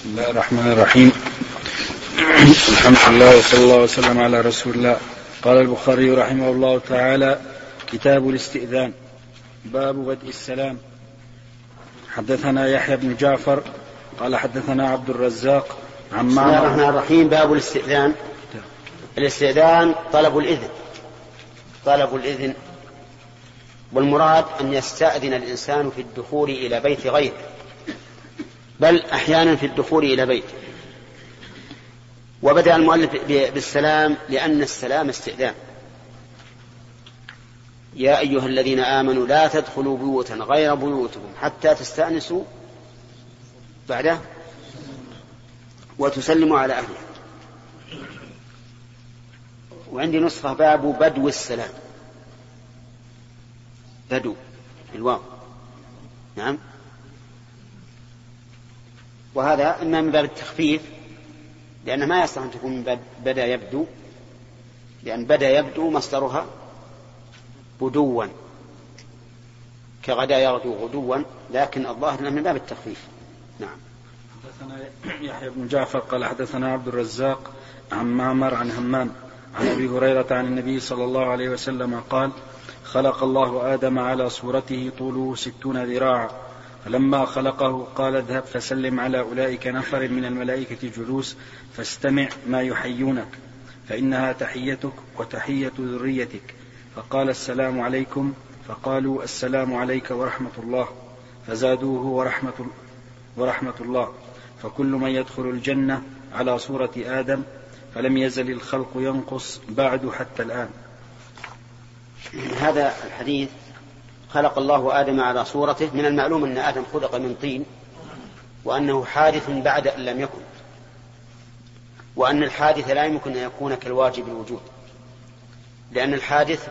بسم الله الرحمن الرحيم. الحمد لله وصلى الله وسلم على رسول الله. قال البخاري رحمه الله تعالى: كتاب الاستئذان. باب بدء السلام. حدثنا يحيى بن جعفر قال حدثنا عبد الرزاق عن بسم الله الرحمن الرحيم. باب الاستئذان. الاستئذان طلب الإذن، والمراد أن يستأذن الإنسان في الدخول إلى بيت غيره، بل أحيانا في الدخول إلى بيت. وبدأ المؤلف بالسلام لأن السلام استئذان. يا أيها الذين آمنوا لا تدخلوا بيوتا غير بيوتكم حتى تستأنسوا بعده وتسلموا على أهله. وعندي نسخة باب بدو السلام، بدو الواو، نعم. وهذا إما من باب التخفيف، لأنه ما يصح أن تكون من بدأ يبدو، لأن بدأ يبدو مصدرها بدوا كغدا يغدو غدوا، لكن الظاهر أنه من باب التخفيف. نعم. حدثنا يحيى بن جعفر قال حدثنا عبد الرزاق عن معمر عن همام عن أبي هريرة عن النبي صلى الله عليه وسلم قال: خلق الله آدم على صورته طوله 60 ذراعا، فلما خلقه قال: اذهب فسلم على أولئك نفر من الملائكة جلوس فاستمع ما يحيونك، فإنها تحيتك وتحية ذريتك. فقال: السلام عليكم، فقالوا: السلام عليك ورحمة الله، فزادوه ورحمة الله. فكل من يدخل الجنة على صورة آدم، فلم يزل الخلق ينقص بعد حتى الآن. هذا الحديث خلق الله آدم على صورته، من المعلوم أن آدم خلق من طين، وأنه حادث بعد أن لم يكن، وأن الحادث لا يمكن أن يكون كالواجب الوجود، لأن الحادث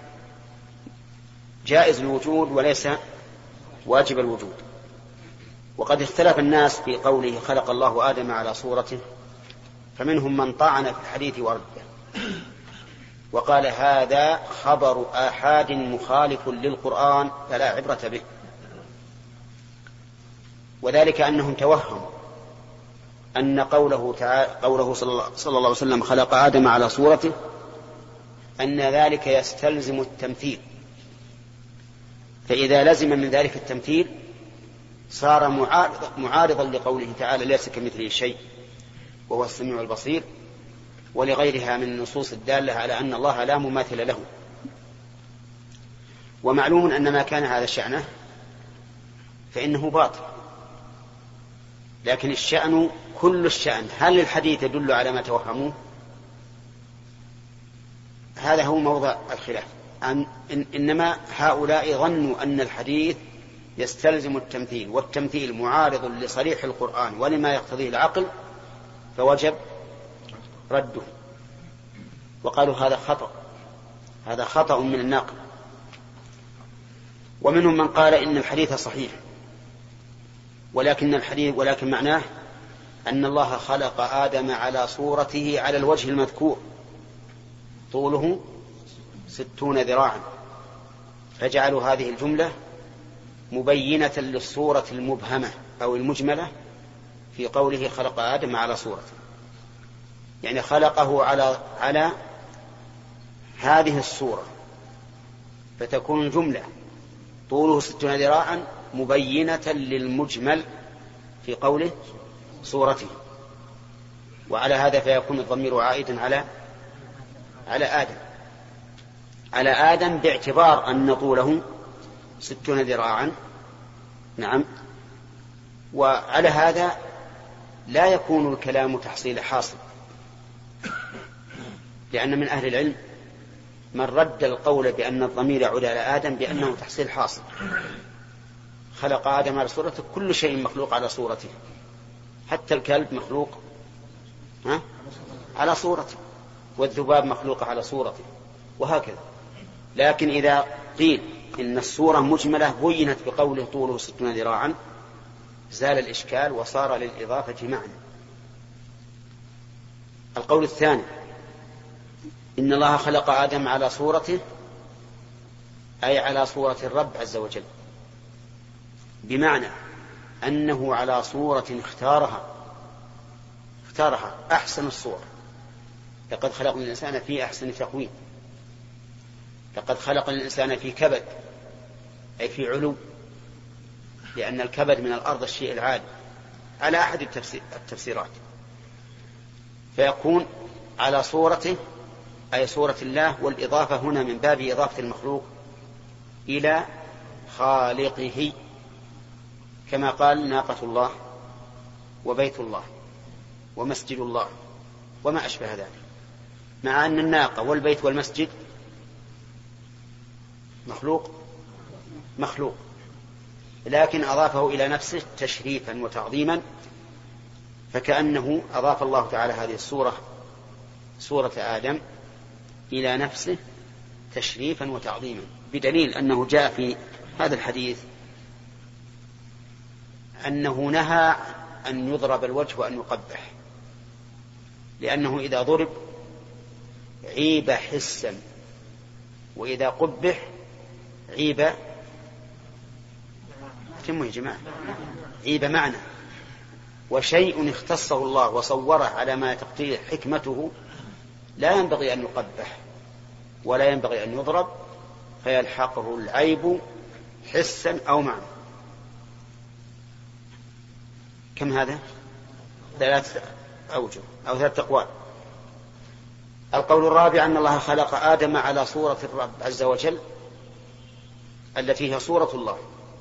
جائز الوجود وليس واجب الوجود. وقد اختلف الناس في قوله خلق الله آدم على صورته، فمنهم من طعن في الحديث ورده وقال هذا خبر آحاد مخالف للقرآن فلا عبرة به، وذلك أنهم توهموا أن قوله صلى الله عليه وسلم خلق آدم على صورته أن ذلك يستلزم التمثيل، فإذا لزم من ذلك التمثيل صار معارضا لقوله تعالى ليس كمثله شيء وهو السميع البصير، ولغيرها من النصوص الدالة على أن الله لا مماثل له. ومعلوم أن ما كان هذا شأنه فإنه باطل، لكن الشأن كل الشأن. هل الحديث يدل على ما توهموه؟ هذا هو موضع الخلاف. إنما هؤلاء ظنوا أن الحديث يستلزم التمثيل، والتمثيل معارض لصريح القرآن ولما يقتضيه العقل، فوجب رده. وقالوا هذا خطأ من الناقل. ومنهم من قال إن الحديث صحيح، ولكن معناه أن الله خلق آدم على صورته على الوجه المذكور، طوله 60 ذراعا، فجعلوا هذه الجملة مبينة للصورة المبهمة أو المجملة في قوله خلق آدم على صورته، يعني خلقه على هذه الصورة، فتكون الجملة طوله 60 ذراعا مبينة للمجمل في قوله صورته. وعلى هذا فيكون الضمير عائدا على آدم باعتبار أن طوله 60 ذراعا. نعم. وعلى هذا لا يكون الكلام تحصيل حاصل، لأن من أهل العلم من رد القول بأن الضمير يعود على آدم بأنه تحصيل حاصل. خلق آدم على صورته، كل شيء مخلوق على صورته، حتى الكلب مخلوق على صورته، والذباب مخلوق على صورته، وهكذا. لكن إذا قيل إن الصورة مجملة بينت بقوله طوله 60 ذراعا زال الإشكال وصار للإضافة معنى. القول الثاني إن الله خلق آدم على صورته أي على صورة الرب عز وجل، بمعنى أنه على صورة اختارها اختارها أحسن الصور. لقد خلقنا الإنسان في أحسن تقويم. لقد خلقنا الإنسان في كبد، أي في علو، لأن الكبد من الأرض الشيء العالي على أحد التفسيرات، فيكون على صورته أي صورة الله، والإضافة هنا من باب إضافة المخلوق إلى خالقه، كما قال ناقة الله وبيت الله ومسجد الله وما أشبه ذلك، مع أن الناقة والبيت والمسجد مخلوق، لكن أضافه إلى نفسه تشريفا وتعظيما، فكأنه أضاف الله تعالى هذه الصورة، صورة آدم، إلى نفسه تشريفا وتعظيما، بدليل أنه جاء في هذا الحديث أنه نهى أن يضرب الوجه وأن يقبح، لأنه إذا ضرب عيب حسا، وإذا قبح عيب عيب معنى. وشيء اختصه الله وصوره على ما تقتضيه حكمته لا ينبغي أن يقبح ولا ينبغي أن يضرب، فيلحقه العيب حسا أو معنى. كم هذا؟ 3 أوجه أو 3 أقوال. القول الرابع أن الله خلق آدم على صورة الرب عز وجل التي هي صورة الله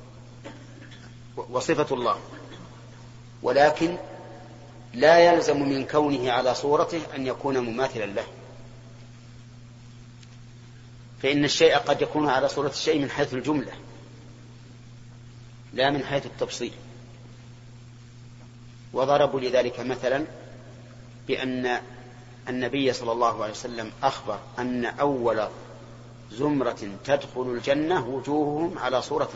وصفة الله، ولكن لا يلزم من كونه على صورته أن يكون مماثلا له، فإن الشيء قد يكون على صورة الشيء من حيث الجملة لا من حيث التفصيل. وضربوا لذلك مثلا بأن النبي صلى الله عليه وسلم أخبر أن أول زمرة تدخل الجنة وجوههم على صورة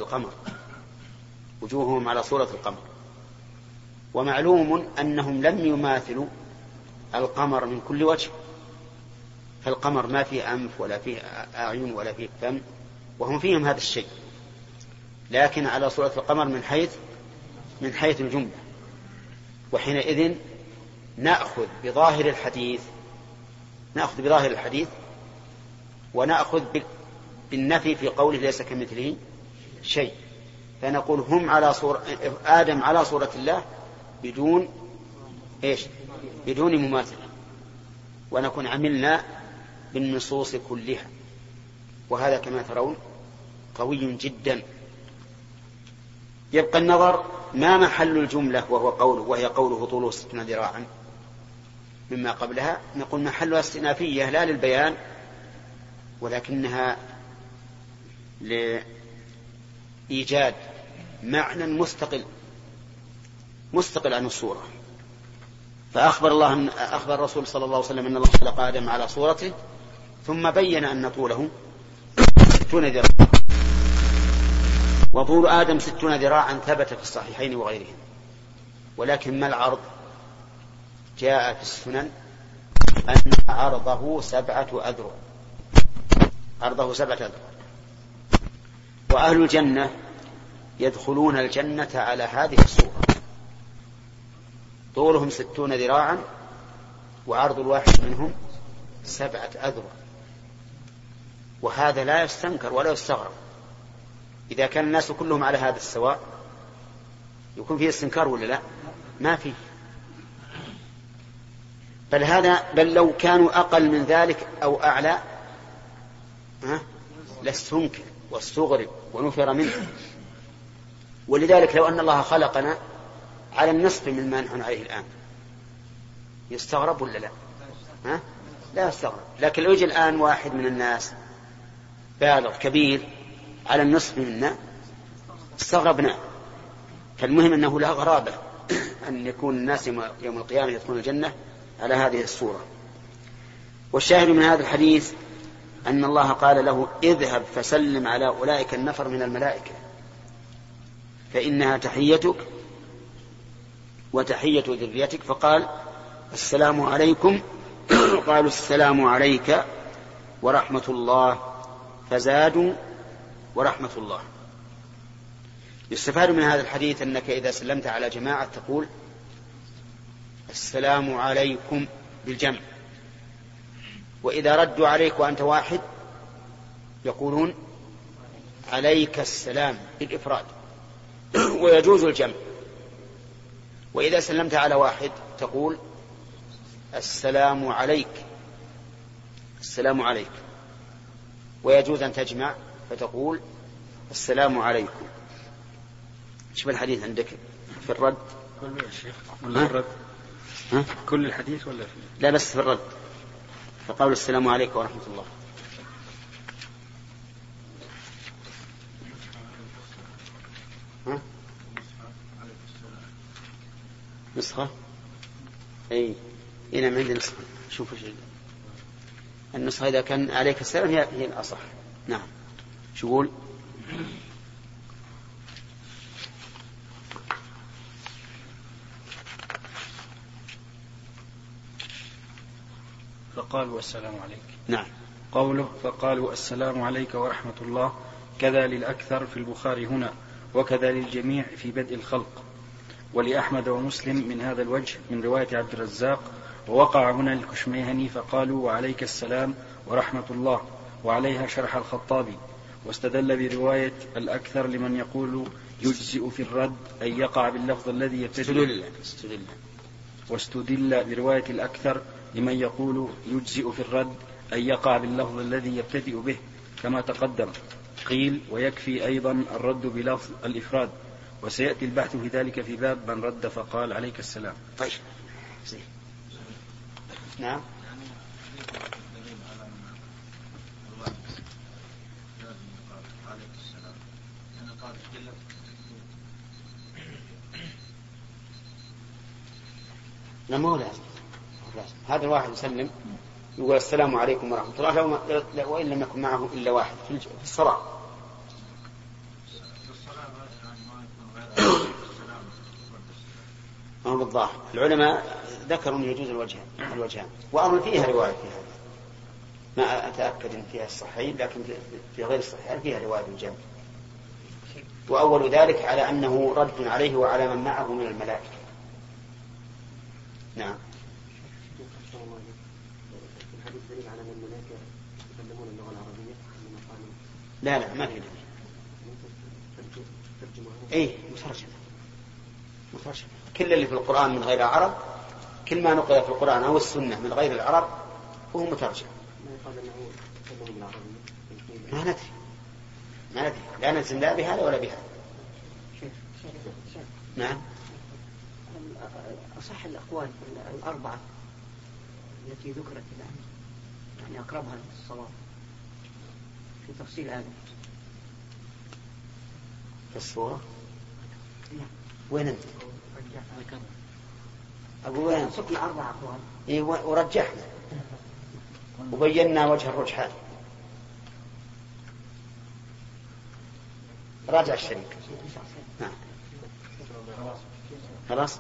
القمر، ومعلوم أنهم لم يماثلوا القمر من كل وجه، فالقمر ما فيه أنف ولا فيه أعين ولا فيه فم، وهم فيهم هذا الشيء، لكن على صورة القمر من حيث الجملة. وحينئذ نأخذ بظاهر الحديث ونأخذ بالنفي في قوله ليس كمثله شيء، فنقول هم على آدم على صورة الله بدون مماثلة، ونكون عملنا بالنصوص كلها، وهذا كما ترون قوي جدا. يبقى النظر ما محل الجملة وهي قوله طوله 60 ذراعا مما قبلها، نقول محلها استئنافية لا للبيان، ولكنها لإيجاد معنى مستقل عن الصورة. فأخبر الرسول صلى الله عليه وسلم أن الله خلق آدم على صورته، ثم بين أن طوله 60 ذراعا، وطول آدم 60 ذراعا ثبت في الصحيحين وغيرهم. ولكن ما العرض؟ جاء في السنن أن عرضه 7 أذرع، وأهل الجنة يدخلون الجنة على هذه الصورة، طولهم 60 ذراعا وعرض الواحد منهم 7 أذرع، وهذا لا يستنكر ولا يستغرب. إذا كان الناس كلهم على هذا السواء يكون فيه استنكار ولا لا؟ ما فيه. بل لو كانوا أقل من ذلك أو أعلى لاستنكر واستغرب ونفر منه. ولذلك لو أن الله خلقنا على النصف من ما نحن عليه الآن يستغرب ولا لا؟ لا يستغرب. لكن لو يجي الآن واحد من الناس بالغ كبير على النصف منا استغربنا. فالمهم أنه لا غرابة أن يكون الناس يوم القيامة يدخلون الجنة على هذه الصورة. والشاهد من هذا الحديث أن الله قال له اذهب فسلم على أولئك النفر من الملائكة فإنها تحيتك وتحية ذريتك، فقال السلام عليكم، قالوا السلام عليك ورحمة الله، فزادوا ورحمة الله. يستفاد من هذا الحديث أنك إذا سلمت على جماعة تقول السلام عليكم بالجمع. وإذا ردوا عليك وأنت واحد يقولون عليك السلام بالإفراد ويجوز الجمع. وإذا سلمت على واحد تقول السلام عليك، السلام عليك، ويجوز أن تجمع فتقول السلام عليكم. ايش بالحديث عندك في الرد؟ كله يا شيخ ولا الرد؟ كل الحديث ولا في؟ لا بس في الرد، فقالوا السلام عليكم ورحمة الله. نسخة؟ اي هنا عندي نسخة. شوفوا شيء النسخة إذا كان عليك السلام هي الأصح. نعم. شو يقول؟ فقالوا السلام عليك. نعم. قوله فقالوا السلام عليك ورحمة الله كذا للأكثر في البخاري هنا، وكذا للجميع في بدء الخلق، ولأحمد ومسلم من هذا الوجه من رواية عبد الرزاق، ووقع هنا الكشميهني فقالوا وعليك السلام ورحمة الله، وعليها شرح الخطابي، واستدل برواية الأكثر لمن يقول يجزئ في الرد أن يقع باللفظ الذي يبتدئ. واستدل برواية الأكثر لمن يقول يجزئ في الرد أن يقع باللفظ الذي يبتدئ به كما تقدم. قيل ويكفي أيضا الرد بلفظ الإفراد، وسيأتي البحث في ذلك في باب من رد فقال عليك السلام. طيب. نعم. ما هو لازم. هذا الواحد يسلم يقول السلام عليكم ورحمة الله وإن لم يكن معه إلا واحد في الصلاة. ما هو بالظاهر. العلماء ذكروا أن يجوز الوجهان وأمر فيها رواية في هذا، ما أتأكد إن فيها الصحيحين، لكن في غير الصحيحين فيها رواية بالجمع. وأول ذلك على أنه رد عليه وعلى من معه من الملائكة. نعم. لا ما في دليل. ايه مترجمة. كل اللي في القرآن من غير العرب، كل ما نقل في القرآن أو السنة من غير العرب هو مترجم. ما ندري لا نلزم لا بهذا ولا بهذا. نعم. أصح الأقوال الأربعة التي ذكرت الآن يعني أقربها للصواب في تفصيل هذا في الصورة. وين أنت؟ أقول وين؟ سكنا 4 أقوال. إيه ورجحنا وبينا وجه الرجحان. راجع الشريك. نعم. خلاص.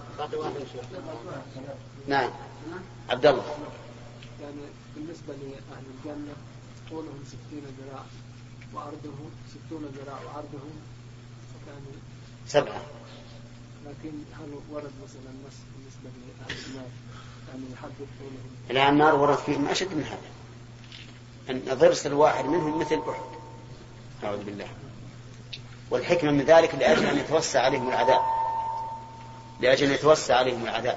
نعم. عبد الله. يعني بالنسبة لأهل الجنة طولهم 60 ذراع وعرضهم 60 ذراع وعرضهم كانوا 7. لكن هل ورد مثلا نص بالنسبة لأهل النار يعني يحدد طولهم؟ لا النار ورد فيهم أشد من هذا، أن ضرس الواحد منهم مثل أحد. أعوذ بالله. والحكمة من ذلك لأجل أن يتوسع عليهم العذاب،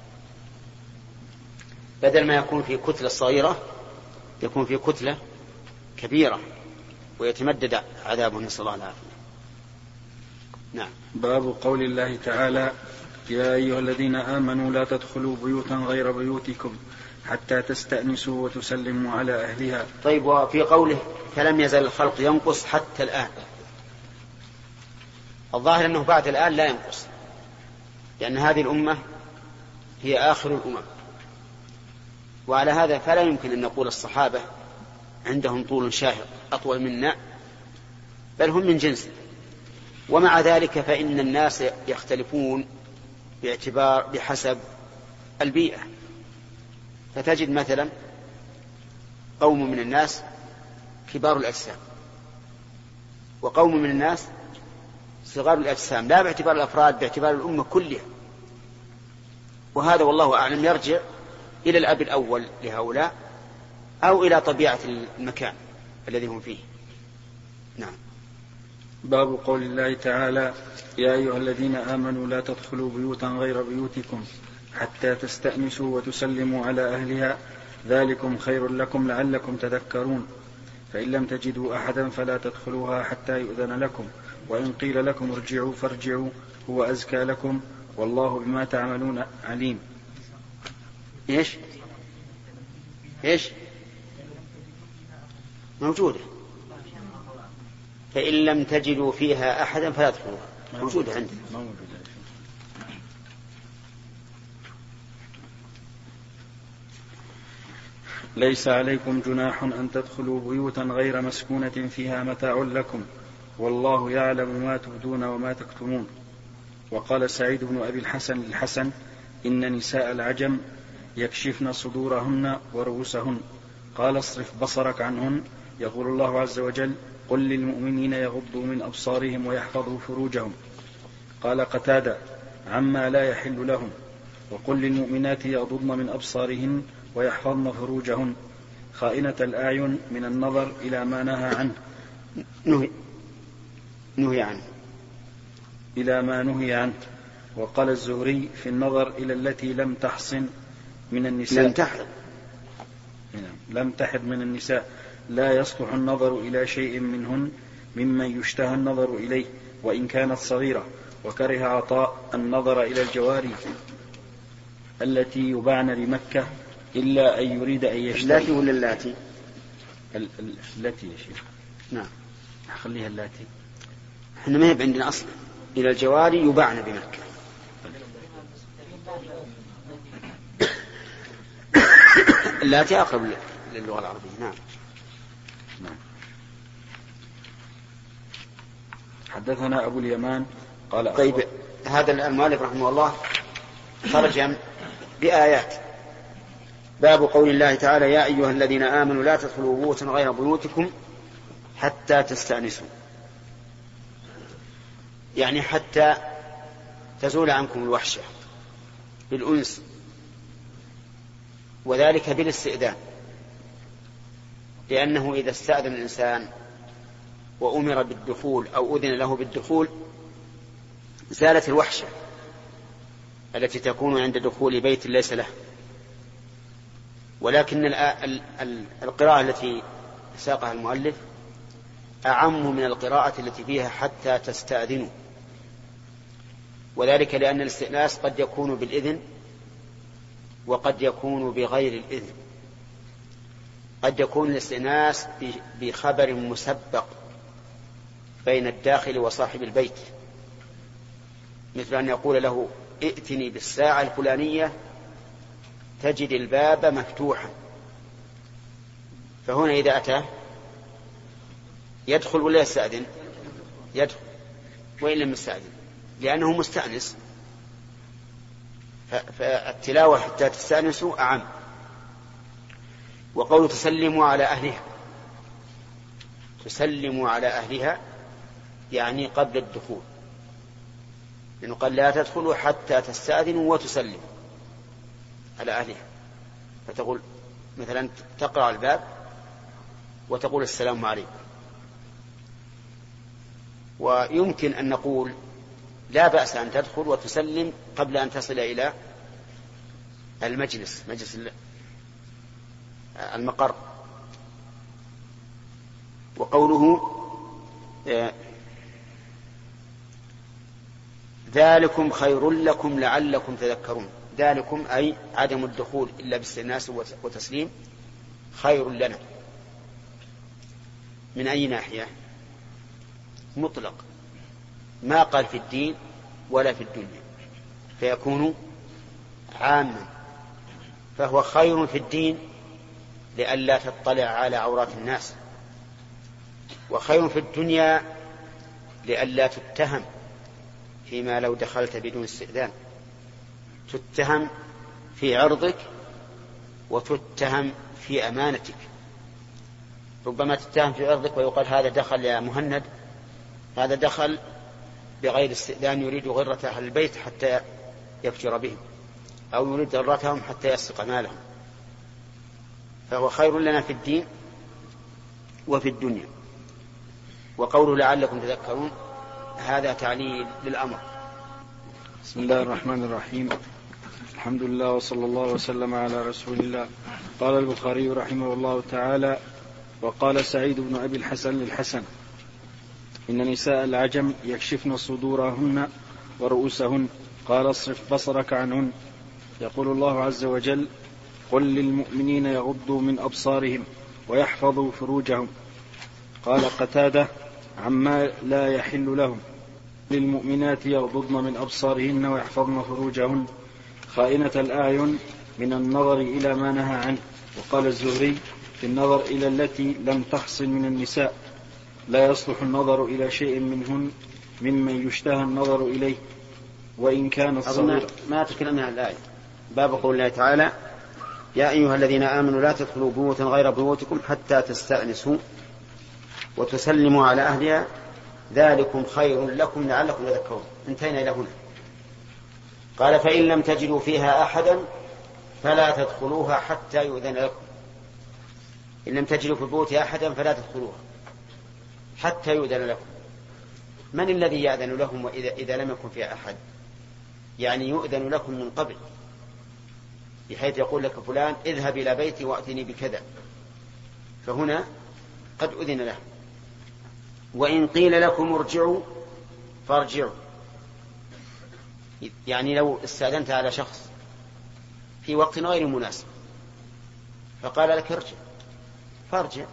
بدل ما يكون في كتلة صغيرة يكون في كتلة كبيرة ويتمدد عذابهم، نسأل الله العافية. نعم. باب قول الله تعالى يا أيها الذين آمنوا لا تدخلوا بيوتا غير بيوتكم حتى تستأنسوا وتسلموا على أهلها. طيب، وفي قوله فلم يزل الخلق ينقص حتى الآن، الظاهر أنه بعد الآن لا ينقص، لأن هذه الأمة هي آخر الأمم، وعلى هذا فلا يمكن أن نقول الصحابة عندهم طول شاهق أطول منا، بل هم من جنس. ومع ذلك فإن الناس يختلفون بحسب البيئة، فتجد مثلا قوم من الناس كبار الأجسام وقوم من الناس صغار الأجسام، لا باعتبار الأفراد، باعتبار الأمة كلها. وهذا والله أعلم يرجع إلى الأب الأول لهؤلاء أو إلى طبيعة المكان الذي هم فيه. نعم. باب قول الله تعالى: يا أيها الذين آمنوا لا تدخلوا بيوتا غير بيوتكم حتى تستأنسوا وتسلموا على أهلها ذلكم خير لكم لعلكم تذكرون. فإن لم تجدوا أحدا فلا تدخلوها حتى يؤذن لكم، وإن قيل لكم ارجعوا فارجعوا هو أزكى لكم والله بما تعملون عليم. إيش موجودة. فإن لم تجدوا فيها أحدا فلا تدخلوها، موجودة عندنا. ليس عليكم جناح أن تدخلوا بيوتا غير مسكونة فيها متاع لكم والله يعلم ما تبدون وما تكتمون. وقال سعيد بن أبي الحسن إن نساء العجم يكشفن صدورهن ورؤوسهن. قال اصرف بصرك عنهن. يقول الله عز وجل: قل للمؤمنين يغضوا من أبصارهم ويحفظوا فروجهم. قال قتادة: عما لا يحل لهم. وقل للمؤمنات يغضضن من أبصارهن ويحفظن فروجهن خائنة الأعين من النظر إلى ما نهى عنه إلى ما نهي عنه. وقال الزهري في النظر إلى التي لم تحصن من النساء لم تحض من النساء لا يصلح النظر إلى شيء منهن ممن يشتهى النظر إليه وإن كانت صغيرة. وكره عطاء النظر إلى الجواري التي يباعن بمكة إلا أن يريد أن يشتري. التي ولا اللاتي؟ التي يا شيخ. نعم خليها اللاتي. احنا ما هي عندنا أصلا. إلى الجواري يباعن بمكة. اللاتي أقرب للغة العربية. نعم. حدثنا أبو اليمان قال طيب هذا المؤلف رحمه الله ترجم بآيات. باب قول الله تعالى: يا أيها الذين آمنوا لا تدخلوا بيوتا غير بيوتكم حتى تستأنسوا، يعني حتى تزول عنكم الوحشة بالأنس، وذلك بالاستئذان، لأنه إذا استأذن الإنسان وأمر بالدخول أو أذن له بالدخول زالت الوحشة التي تكون عند دخول بيت ليس له. ولكن القراءة التي ساقها المؤلف أعم من القراءة التي فيها حتى تستأذنوا، وذلك لأن الاستئناس قد يكون بالإذن وقد يكون بغير الإذن. قد يكون الاستئناس بخبر مسبق بين الداخل وصاحب البيت، مثل أن يقول له: ائتني بالساعة الفلانية تجد الباب مفتوحا. فهنا إذا أتى يدخل ولا يستأذن؟ يدخل وإن لم يستأذن لأنه مستأنس. فالتلاوة حتى تستأنسوا أعم. وقول تسلموا على أهلها، تسلموا على أهلها يعني قبل الدخول، لأنه قال: لا تدخلوا حتى تستأذنوا وتسلموا على أهلها. فتقول مثلا تقرأ الباب وتقول: السلام عليكم. ويمكن أن نقول لا بأس أن تدخل وتسلم قبل أن تصل إلى المجلس، مجلس المقر. وقوله ذلكم خير لكم لعلكم تذكرون، ذلكم أي عدم الدخول إلا باستئناس وتسليم خير لنا. من أي ناحية؟ مطلق، ما قال في الدين ولا في الدنيا، فيكون عاما. فهو خير في الدين لئلا تطلع على عورات الناس، وخير في الدنيا لئلا تتهم فيما لو دخلت بدون استئذان، تتهم في عرضك وتتهم في أمانتك. ربما تتهم في عرضك ويقال: هذا دخل يا مهند، هذا دخل بغير استئذان يريد غرة أهل البيت حتى يفجر بهم. أو يريد ضرتهم حتى يسرق مالهم، فهو خير لنا في الدين وفي الدنيا. وقوله لعلكم تذكرون هذا تعليل للأمر. بسم الله الرحمن الرحيم. الحمد لله وصلى الله وسلم على رسول الله. قال البخاري رحمه الله تعالى: وقال سعيد بن أبي الحسن للحسن: إن نساء العجم يكشفن صدورهن ورؤوسهن، قال اصرف بصرك عنهن. يقول الله عز وجل: قل للمؤمنين يغضوا من أبصارهم ويحفظوا فروجهم. قال قتادة: عما لا يحل لهم. للمؤمنات يغضضن من أبصارهن ويحفظن فروجهن خائنة الأعين من النظر إلى ما نهى عنه. وقال الزهري: في النظر إلى التي لم تحصل من النساء لا يصلح النظر إلى شيء منهن ممن يشتهى النظر إليه وإن كان الصغير. ما تكلمنا عن الآية. باب قول الله تعالى: يا أيها الذين آمنوا لا تدخلوا بيوتا غير بيوتكم حتى تستأنسوا وتسلموا على أهلها ذلكم خير لكم لعلكم تذكرون. انتهينا إلى هنا. قال: فإن لم تجدوا فيها أحدا فلا تدخلوها حتى يؤذن لكم. إن لم تجدوا في البيوت أحدا فلا تدخلوها حتى يؤذن لكم. من الذي يأذن لهم إذا لم يكن فيها أحد؟ يعني يؤذن لكم من قبل، بحيث يقول لك فلان: اذهب إلى بيتي وأتني بكذا، فهنا قد أذن له. وإن قيل لكم ارجعوا فارجعوا، يعني لو استأذنت على شخص في وقت غير مناسب فقال لك ارجع فارجع.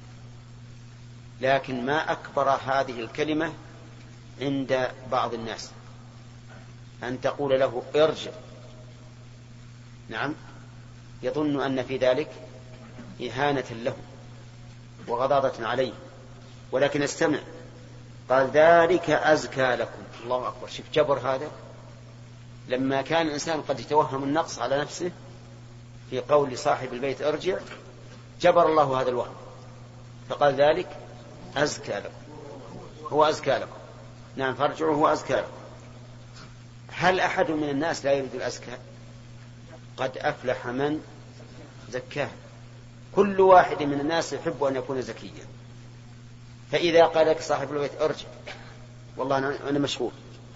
لكن ما أكبر هذه الكلمة عند بعض الناس أن تقول له ارجع. نعم، يظن أن في ذلك إهانة له وغضاضة عليه، ولكن استمع، قال: ذلك أزكى لكم. الله أكبر، شوف جبر هذا. لما كان الإنسان قد يتوهم النقص على نفسه في قول صاحب البيت ارجع، جبر الله هذا الوهم فقال: ذلك أزكى لكم، هو أزكى لكم. نعم، فارجعوا هو أزكى لكم. هل أحد من الناس لا يريد الأزكى؟ قد أفلح من زكاه. كل واحد من الناس يحب أن يكون زكيا. فإذا قال لك صاحب البيت ارجع، والله أنا مشغول،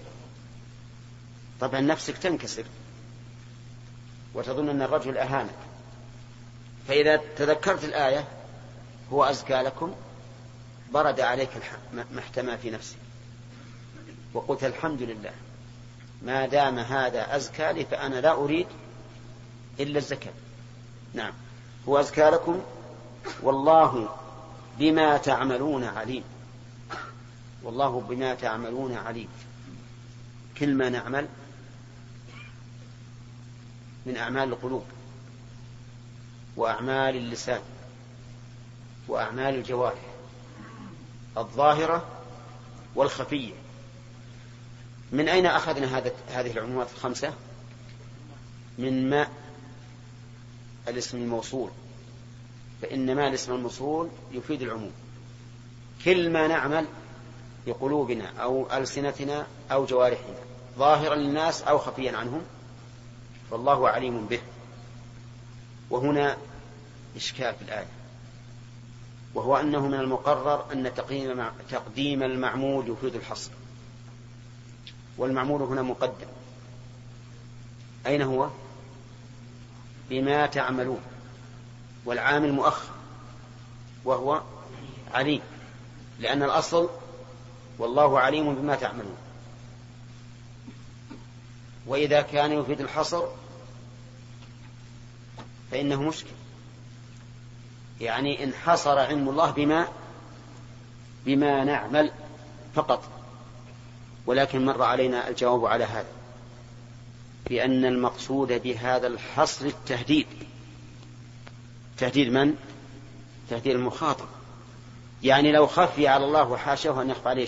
طبعا نفسك تنكسر وتظن أن الرجل أهانك. فإذا تذكرت الآية هو أزكى لكم برد عليك ما احتمى في نفسك وقلت الحمد لله، ما دام هذا أزكى لي فأنا لا أريد إلا الزكاة. نعم، هو أزكى لكم والله بما تعملون عليم. والله بما تعملون عليم. كل ما نعمل من أعمال القلوب وأعمال اللسان وأعمال الجوارح الظاهرة والخفية. من أين أخذنا هذه العمومات الخمسة؟ من ما الاسم الموصول، فإن ما الاسم الموصول يفيد العموم. كل ما نعمل بقلوبنا أو ألسنتنا أو جوارحنا ظاهرا للناس أو خفيا عنهم فالله عليم به. وهنا إشكال في الآية، وهو أنه من المقرر أن تقديم المعمول يفيد الحصر، والمعمول هنا مقدم. أين هو؟ بما تعملون، والعامل مؤخر وهو عليم، لأن الأصل والله عليم بما تعملون. وإذا كان يفيد الحصر فإنه مشكل، يعني انحصر علم الله بما نعمل فقط. ولكن مر علينا الجواب على هذا بأن المقصود بهذا الحصر التهديد. تهديد من؟ تهديد المخاطب. يعني لو خفي على الله وحاشاه أن يخفى عليه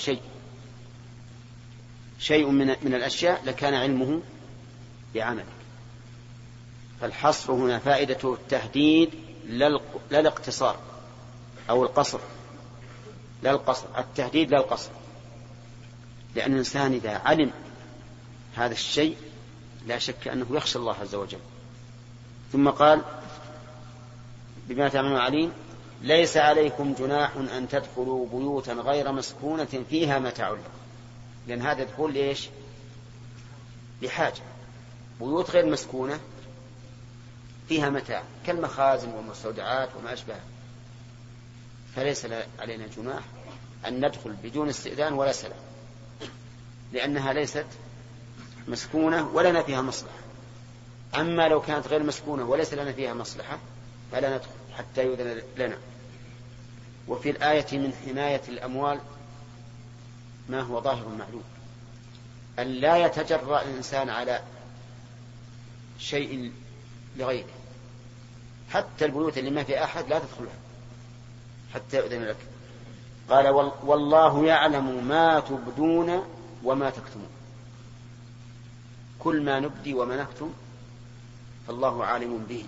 شيء من الأشياء لكان علمه بعمله. فالحصر هنا فائدته التهديد لا الاقتصار أو القصر، لا القصر، التهديد لا القصر. لأن الإنسان إذا علم هذا الشيء لا شك أنه يخشى الله عز وجل. ثم قال بما تعملون عليم ليس عليكم جناح أن تدخلوا بيوتا غير مسكونة فيها متاع لكم، لأن هذا دخول ليش؟ لحاجة. بيوت غير مسكونة فيها متاع كالمخازن والمستودعات وما أشبه، فليس علينا جناح أن ندخل بدون استئذان ولا سلام، لأنها ليست مسكونة ولنا فيها مصلحة. أما لو كانت غير مسكونة وليس لنا فيها مصلحة فلا ندخل حتى يؤذن لنا. وفي الآية من حماية الأموال ما هو ظاهر معلوم، أن لا يتجرأ الإنسان على شيء لغيره، حتى البيوت اللي ما في أحد لا تدخلها حتى يؤذن لك. قال والله يعلم ما تبدون وما تكتمون، كل ما نبدي وما نكتم فالله عالم به.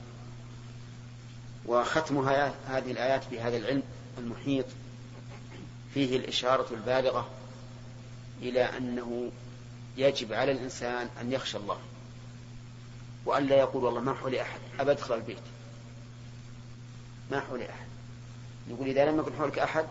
وختم هذه الآيات بهذا العلم المحيط فيه الإشارة البالغة إلى أنه يجب على الإنسان أن يخشى الله، وأن لا يقول والله ما حولي أحد أبى أدخل البيت، ما حولي أحد. يقول إذا لم يكن حولك أحد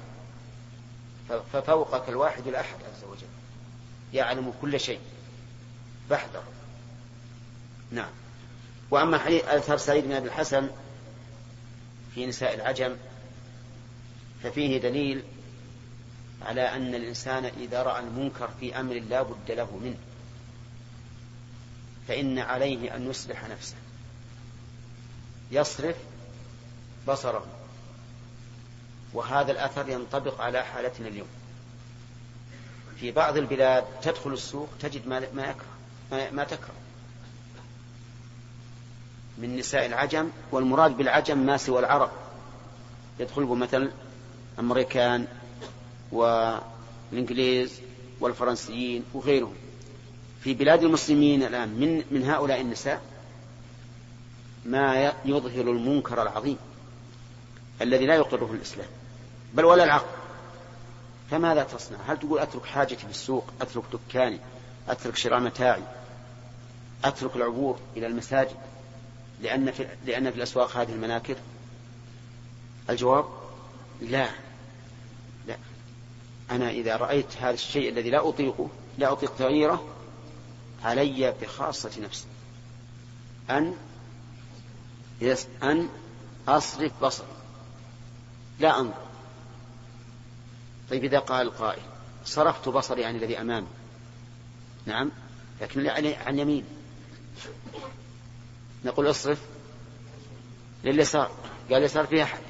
ففوقك الواحد الأحد عز وجل يعلم كل شيء فاحذر. نعم. وأما حديث أثر سعيد بن أبي الحسن في نساء العجم ففيه دليل على أن الإنسان إذا رأى المنكر في أمر لا بد له منه فإن عليه أن يصلح نفسه، يصرف بصره. وهذا الأثر ينطبق على حالتنا اليوم. في بعض البلاد تدخل السوق تجد ما تكره من نساء العجم، والمراد بالعجم ما سوى العرب، يدخل مثل الأمريكان والإنجليز والفرنسيين وغيرهم. في بلاد المسلمين الآن من هؤلاء النساء ما يظهر المنكر العظيم الذي لا يقره الإسلام بل ولا العقل. فماذا تصنع؟ هل تقول أترك حاجتي في السوق، أترك دكاني، أترك شراء متاعي، أترك العبور إلى المساجد لأن في الأسواق هذه المناكر؟ الجواب لا. أنا إذا رأيت هذا الشيء الذي لا أطيق تغييره علي بخاصة نفسي أن أصرف بصري لا أنظر. طيب إذا قال القائل صرفت بصري عن الذي أمامي، نعم، لكن عن يمين، نقول اصرف لليسار. قال اليسار فيه أحد،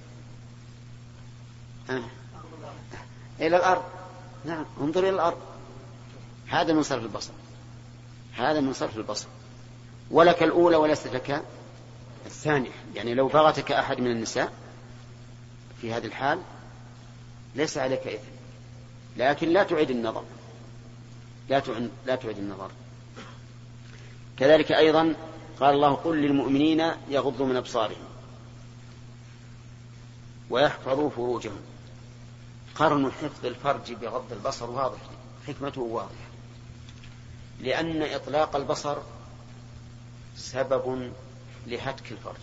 إلى الأرض، نعم، انظر إلى الأرض. هذا من صرف البصر، هذا من صرف البصر. ولك الأولى وليست لك الثانية. يعني لو بغتك أحد من النساء في هذه الحال ليس عليك إثم، لكن لا تعيد النظر، لا تعيد النظر. كذلك أيضا قال الله قل للمؤمنين يغضوا من أبصارهم ويحفظوا فروجهم. قرن حفظ الفرج بغض البصر واضح، حكمته واضحة، لأن إطلاق البصر سبب لهتك الفرج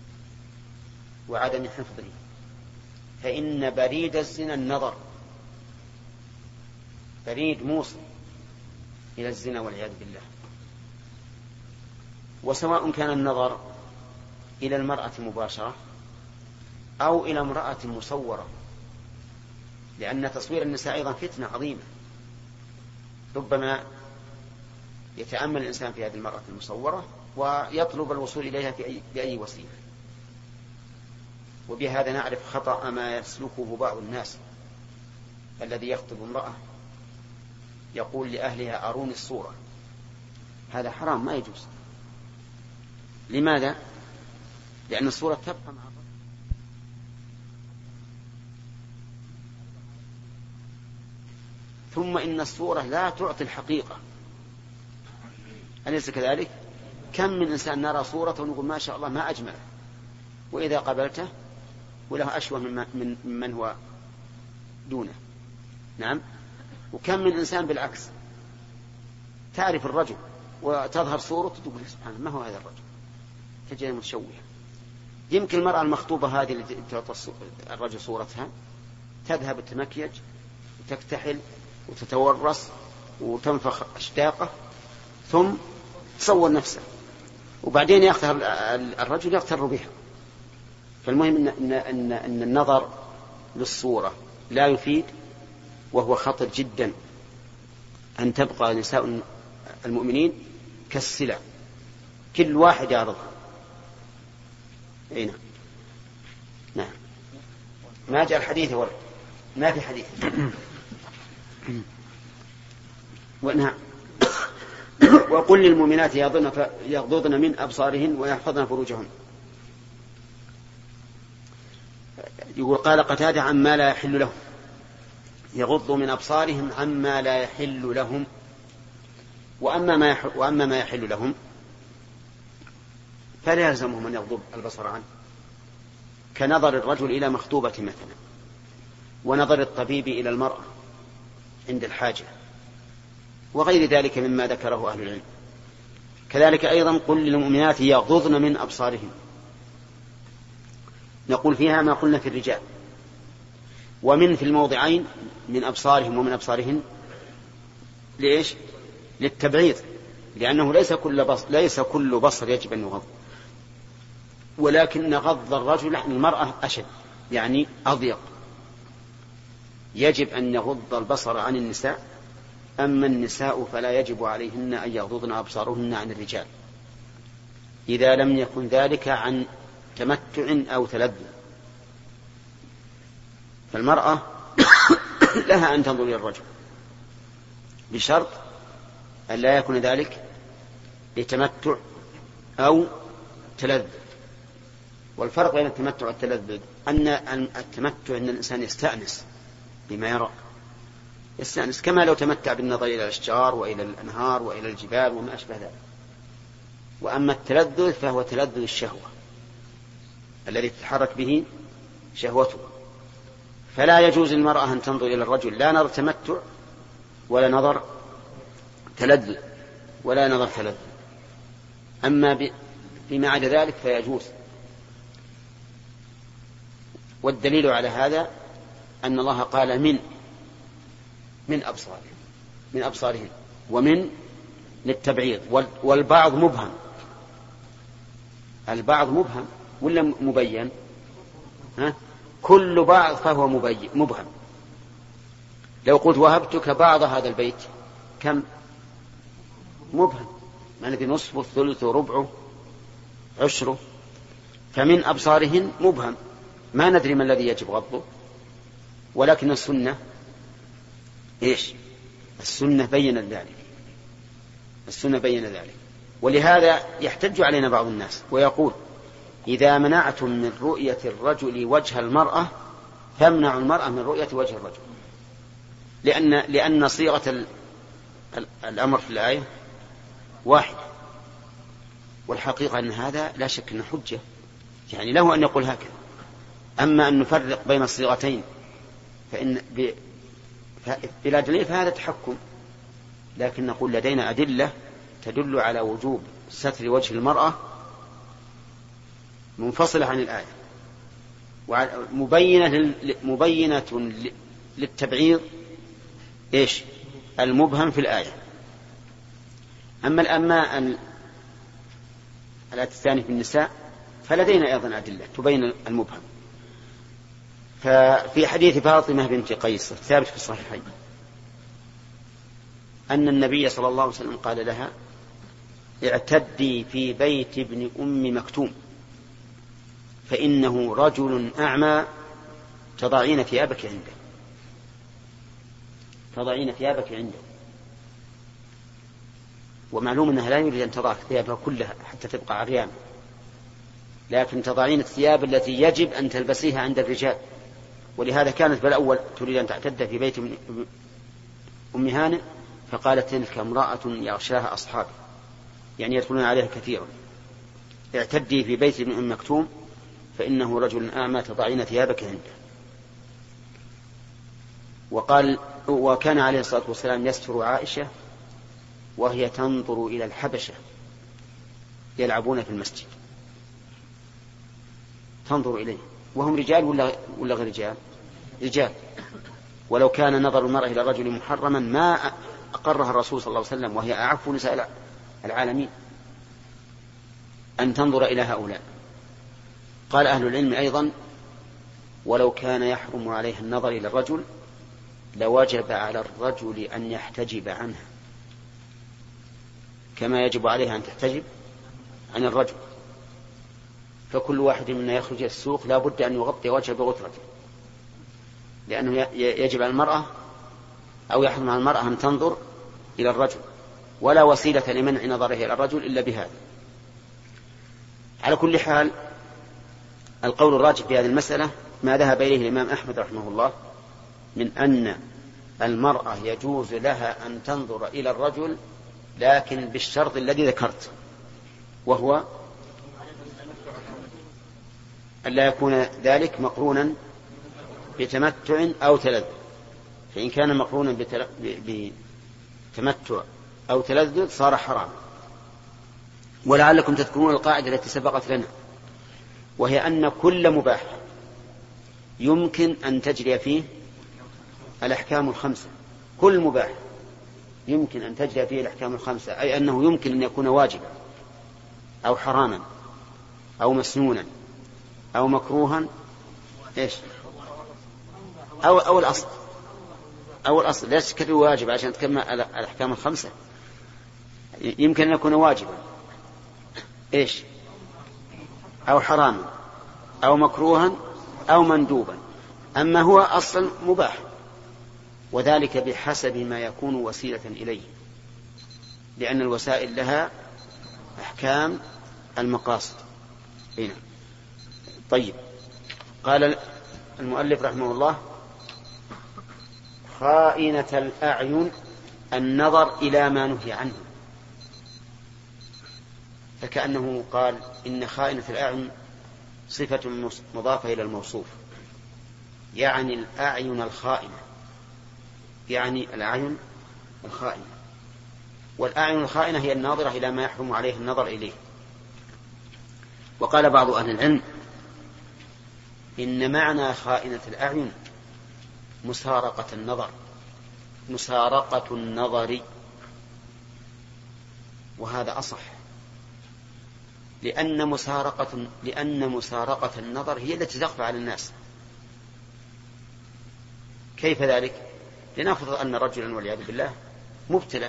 وعدم حفظه. فإن بريد الزنا النظر، بريد موصل إلى الزنا والعياذ بالله. وسواء كان النظر إلى المرأة مباشرة أو إلى امرأة مصورة، لأن تصوير النساء أيضا فتنة عظيمة. ربما يتأمل الإنسان في هذه المرأة المصورة ويطلب الوصول إليها بأي وسيلة. وبهذا نعرف خطأ ما يسلكه بعض الناس، الذي يخطب امرأة يقول لأهلها أروني الصورة. هذا حرام، ما يجوز. لماذا؟ لأن الصورة تبقى مع الرجل. ثم إن الصورة لا تعطي الحقيقة، أليس كذلك؟ كم من إنسان نرى صورة ونقول ما شاء الله ما أجمله، وإذا قابلته وله أشوه من هو دونه. نعم. وكم من إنسان بالعكس، تعرف الرجل وتظهر صورته تقول سبحان الله ما هو هذا الرجل، تجد متشوه. يمكن المرأة المخطوبة هذه اللي تعطى الرجل صورتها تذهب التمكيج وتكتحل وتتورص وتنفخ أشداقه ثم تصور نفسه، وبعدين الرجل يغتر بها. فالمهم إن النظر للصورة لا يفيد، وهو خطر جدا أن تبقى نساء المؤمنين كالسلع كل واحد يعرضها. نعم نعم ما جاء الحديث ورد، ما في حديث. نعم وقل للمؤمنات يغضضن من أبصارهن ويحفظن فروجهن. يقول قال قتادة عما لا يحل لهم، يغضوا من أبصارهم عما لا يحل لهم. وأما ما يحل لهم فلا يلزمهم أن يغضوا البصر عنه، كنظر الرجل إلى مخطوبة مثلا، ونظر الطبيب إلى المرأة عند الحاجة، وغير ذلك مما ذكره أهل العلم. كذلك أيضا قل للمؤمنات يغضضن من أبصارهن، نقول فيها ما قلنا في الرجال. ومن في الموضعين من أبصارهم ومن أبصارهن لإيش؟ للتبعيض، لأنه ليس كل بصر يجب أن يغض، ولكن غض الرجل عن المرأة أشد، يعني أضيق. يجب أن يغض البصر عن النساء، أما النساء فلا يجب عليهن أن يغضضن أبصارهن عن الرجال إذا لم يكن ذلك عن تمتع أو تلذذ. فالمرأة لها أن تنظر إلى الرجل بشرط أن لا يكون ذلك لتمتع أو تلذذ. والفرق بين التمتع والتلذذ أن التمتع أن الإنسان يستأنس بما يرى، يستأنس كما لو تمتع بالنظر إلى الأشجار وإلى الأنهار وإلى الجبال وما أشبه ذلك. وأما التلذذ فهو تلذذ الشهوة الذي تتحرك به شهوته. فلا يجوز للمرأة أن تنظر إلى الرجل لا نظر تمتع ولا نظر تلذذ ولا نظر تلذذ. أما فيما عدا ذلك فيجوز. والدليل على هذا أن الله قال من أبصارهم ومن للتبعيض. والبعض مبهم، البعض مبهم ولا مبين؟ كل بعض فهو مبهم. لو قلت وهبتك بعض هذا البيت كم؟ مبهم، ما ندري نصفه ثلثه ربعه عشره. فمن أبصارهن مبهم ما ندري ما الذي يجب غضه. ولكن السنة إيش؟ السنة بيّنت ذلك. ولهذا يحتج علينا بعض الناس ويقول إذا منعتم من رؤية الرجل وجه المرأة فامنعوا المرأة من رؤية وجه الرجل، لأن صيغة الأمر في الآية واحد، والحقيقة أن هذا لا شك أنه حجة، يعني له أن يقول هكذا. أما أن نفرق بين الصيغتين فإن بلا دليل فهذا تحكم. لكن نقول لدينا أدلة تدل على وجوب ستر وجه المرأة منفصلة عن الآية، مبينة للتبعيض إيش؟ المبهم في الآية. أما الآية الثانية في النساء فلدينا أيضا أدلة تبين المبهم. ففي حديث فاطمة بنت قيس الثابت في الصحيحين أن النبي صلى الله عليه وسلم قال لها اعتدي في بيت ابن أم مكتوم فإنه رجل أعمى تضعين ثيابك عنده. ومعلوم أنها لا يريد أن تضع ثيابها كلها حتى تبقى عريانة، لكن تضعين الثياب التي يجب أن تلبسيها عند الرجال. ولهذا كانت بالأول تريد أن تعتد في بيت أم هانئ فقالت تلك امرأة يغشاها أصحابي، يعني يدخلون عليها كثيرا. اعتدي في بيت ابن أم مكتوم فإنه رجل أعمى تضعين ثيابك عنده. وكان عليه الصلاة والسلام يستر عائشة وهي تنظر إلى الحبشة يلعبون في المسجد، تنظر إليه، وهم رجال ولا غير رجال؟ رجال. ولو كان نظر المرأة إلى الرجل محرما ما أقرها الرسول صلى الله عليه وسلم، وهي أعف نساء العالمين أن تنظر إلى هؤلاء. قال أهل العلم أيضا: ولو كان يحرم عليها النظر إلى الرجل لوجب على الرجل أن يحتجب عنها كما يجب عليها أن تحتجب عن الرجل. فكل واحد منا يخرج إلى السوق لا بد أن يغطي وجهه بغترته، لأنه يجب على المرأة أو يحرم على المرأة أن تنظر إلى الرجل، ولا وسيلة لمنع نظره إلى الرجل إلا بهذا. على كل حال القول الراجح في هذه المسألة ما ذهب إليه الإمام أحمد رحمه الله من أن المرأة يجوز لها أن تنظر إلى الرجل، لكن بالشرط الذي ذكرت، وهو ألا يكون ذلك مقرونا بتمتع أو تلذذ. فإن كان مقرونا بتمتع أو تلذذ صار حرام. ولعلكم تذكرون القاعدة التي سبقت لنا، وهي أن كل مباح يمكن أن تجري فيه الأحكام الخمسة. كل مباح يمكن أن تجري فيه الأحكام الخمسة، أي أنه يمكن أن يكون واجبا أو حراما أو مسنونا أو مكروها إيش أو الأصل لا تكفي واجب عشان تكمل الأحكام الخمسة. يمكن أن يكون واجبا إيش أو حراما أو مكروها أو مندوبا، أما هو أصلا مباح، وذلك بحسب ما يكون وسيلة إليه، لأن الوسائل لها أحكام المقاصد. هنا طيب. قال المؤلف رحمه الله: خائنة الأعين النظر إلى ما نهي عنه. فكأنه قال إن خائنة الأعين صفة مضافة إلى الموصوف، يعني الأعين الخائنة، يعني الأعين الخائنة. والأعين الخائنة هي الناظرة إلى ما يحرم عليه النظر إليه. وقال بعض أهل العلم إن معنى خائنة الأعين مسارقة النظر، مسارقة النظر، وهذا أصح، لأن مسارقة النظر هي التي تخفى على الناس. كيف ذلك؟ لنفرض أن رجلا والعياذ بالله مبتلى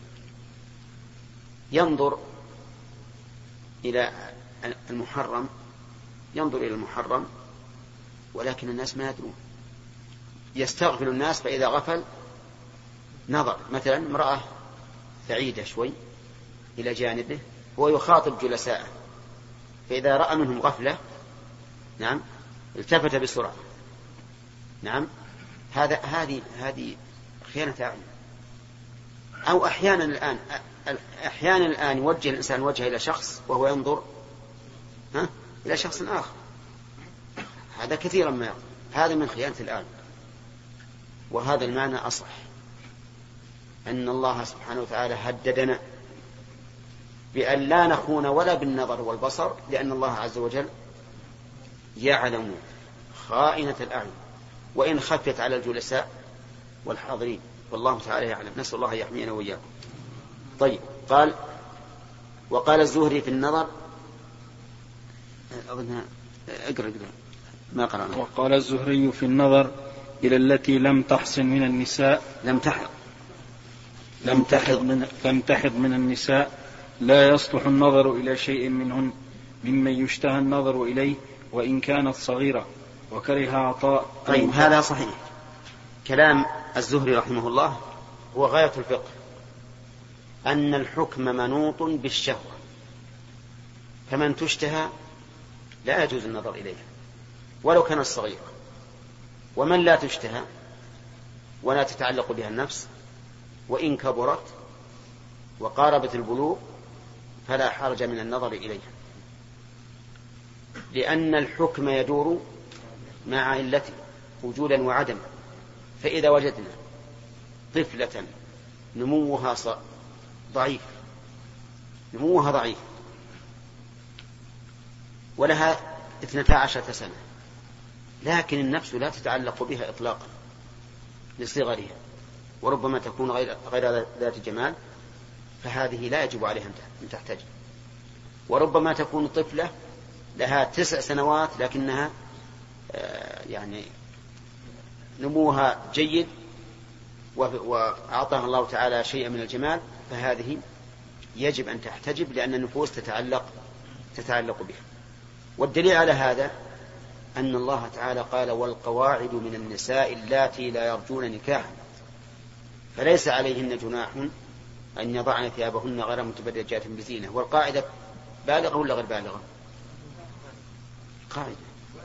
ينظر إلى المحرم، ينظر إلى المحرم ولكن الناس ما يدرون، يستغفل الناس، فإذا غفل نظر مثلا امرأة بعيدة شوي إلى جانبه هو يخاطب جلساءه، فإذا رأى منهم غفلة نعم التفت بسرعة. نعم هذه خيانة أعين. أو أحيانا الآن يوجه الإنسان وجهه إلى شخص وهو ينظر إلى شخص آخر، هذا كثيرا ما يقع، هذا من خيانة الأعين. وهذا المعنى أصح، أن الله سبحانه وتعالى هددنا بأن لا نخون ولا بالنظر والبصر، لأن الله عز وجل يعلم خائنة الأعين وإن خفت على الجلساء والحاضرين، والله تعالى يعلم. نسأل الله يحمينا وإياكم. طيب. قال: وقال الزهري في النظر، أظنها اقرأ ما قرأنا. وقال الزهري في النظر إلى التي لم تحصن من النساء، لم تحض من النساء لا يصلح النظر إلى شيء منهن ممن يشتهى النظر إليه وإن كانت صغيرة، وكره عطاء. طيب، هذا صحيح. كلام الزهري رحمه الله هو غاية الفقه، أن الحكم منوط بالشهوة، فمن تشتهى لا يجوز النظر إليها ولو كانت صغيرة، ومن لا تشتهى ولا تتعلق بها النفس وإن كبرت وقاربت البلوغ فلا حرج من النظر إليها، لأن الحكم يدور مع علته وجودا وعدما. فإذا وجدنا طفلة نموها ضعيف، نموها ضعيف، ولها 12 سنة، لكن النفس لا تتعلق بها إطلاقا لصغرها، وربما تكون غير ذات جمال، فهذه لا يجب عليها أن تحتجب. وربما تكون طفلة لها 9 سنوات لكنها يعني نموها جيد وأعطاها الله تعالى شيئا من الجمال، فهذه يجب أن تحتجب لأن النفوس تتعلق بها. والدليل على هذا أن الله تعالى قال: والقواعد من النساء اللاتي لا يرجون نكاحا فليس عليهن جناح أن يضعن ثيابهن غير متبرجات بزينة. والقاعدة بالغة ولا غير بالغة؟ قاعدة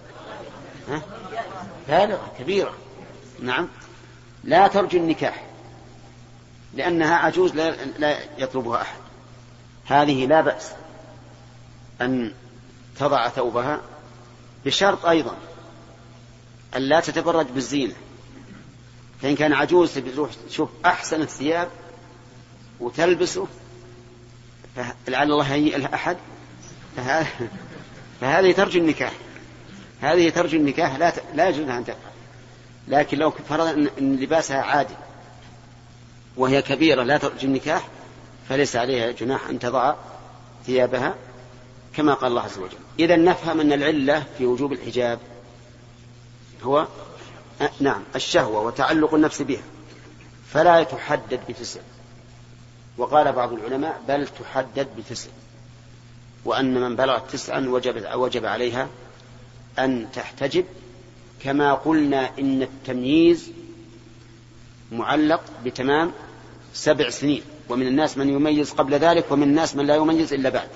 بالغة كبيرة، نعم، لا ترجو النكاح لأنها عجوز لا يطلبها أحد. هذه لا بأس أن تضع ثوبها، بشرط أيضا أن لا تتبرج بالزينة. فإن كان عجوز تروح تشوف أحسن الثياب وتلبسه فلعل الله يهيئ لها أحد، فهذه ترجو النكاح، هذه ترجو النكاح لا يجوز لها أن تفعل. لكن لو فرض أن لباسها عادي وهي كبيرة لا ترجو النكاح فليس عليها جناح أن تضع ثيابها كما قال الله عز وجل. إذن نفهم أن العلة في وجوب الحجاب هو نعم الشهوة وتعلق النفس بها، فلا تحدد ب9. وقال بعض العلماء بل تحدد ب9، وأن من بلغت 9 وجب عليها أن تحتجب. كما قلنا إن التمييز معلق بتمام 7 سنين، ومن الناس من يميز قبل ذلك ومن الناس من لا يميز إلا بعد.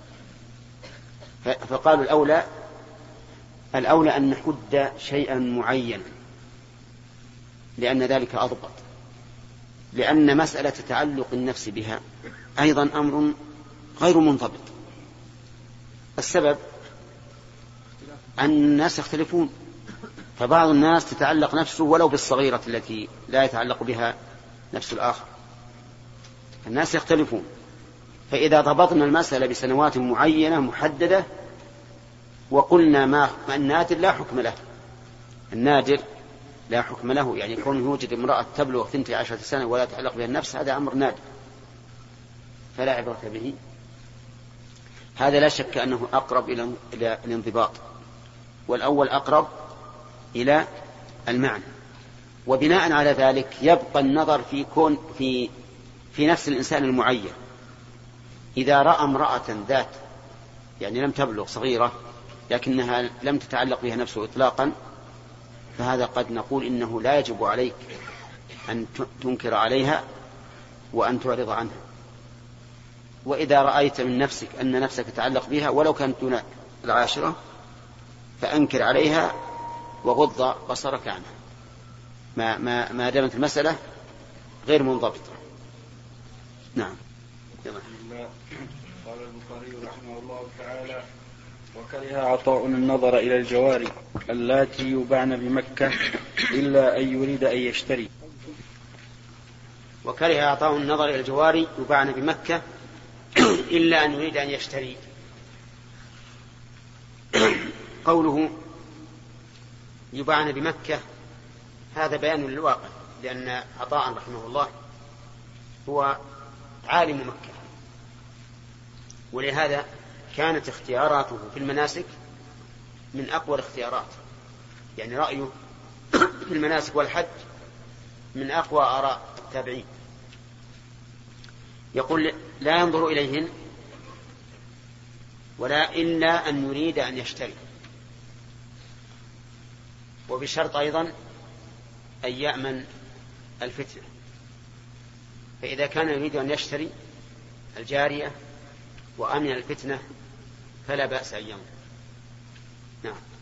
فقالوا الأولى أن نحد شيئا معينا لأن ذلك أضبط، لأن مسألة تعلق النفس بها أيضا أمر غير منضبط. السبب أن الناس يختلفون، فبعض الناس تتعلق نفسه ولو بالصغيرة التي لا يتعلق بها نفس الآخر. الناس يختلفون، فإذا ضبطنا المسألة بسنوات معينة محددة وقلنا ما النادر لا حكم له، النادر لا حكم له، يعني يكون يوجد امرأة تبلغ 12 سنة ولا يتعلق بها النفس، هذا أمر نادر فلا عبرة به. هذا لا شك أنه أقرب إلى الانضباط، والأول أقرب إلى المعنى. وبناء على ذلك يبقى النظر في نفس الإنسان المعين. إذا رأى امرأة ذات يعني لم تبلغ صغيرة لكنها لم تتعلق بها نفسه إطلاقا، فهذا قد نقول إنه لا يجب عليك أن تنكر عليها وأن تعرض عنها. وإذا رأيت من نفسك أن نفسك تتعلق بها ولو كانت دون 10 فأنكر عليها وغض بصرك عنها ما دامت المسألة غير منضبطة. نعم. قال البخاري رحمه الله تعالى: وكره عطاء النظر إلى الجواري اللاتي يباعن بمكة إلا أن يريد أن يشتري. وكره عطاء النظر إلى الجواري يباعن بمكة إلا أن يريد أن يشتري. قوله يباعن بمكة هذا بيان للواقع، لأن عطاء رحمه الله هو عالم مكة، ولهذا كانت اختياراته في المناسك من أقوى الاختيارات، يعني رأيه في المناسك والحج من أقوى آراء التابعين. يقول لا ينظر إليهن ولا إلا أن يريد أن يشتري، وبشرط أيضا أن يأمن الفتنة. فإذا كان يريد أن يشتري الجارية وأمن الفتنة فلا بأس أن ينظر. نعم.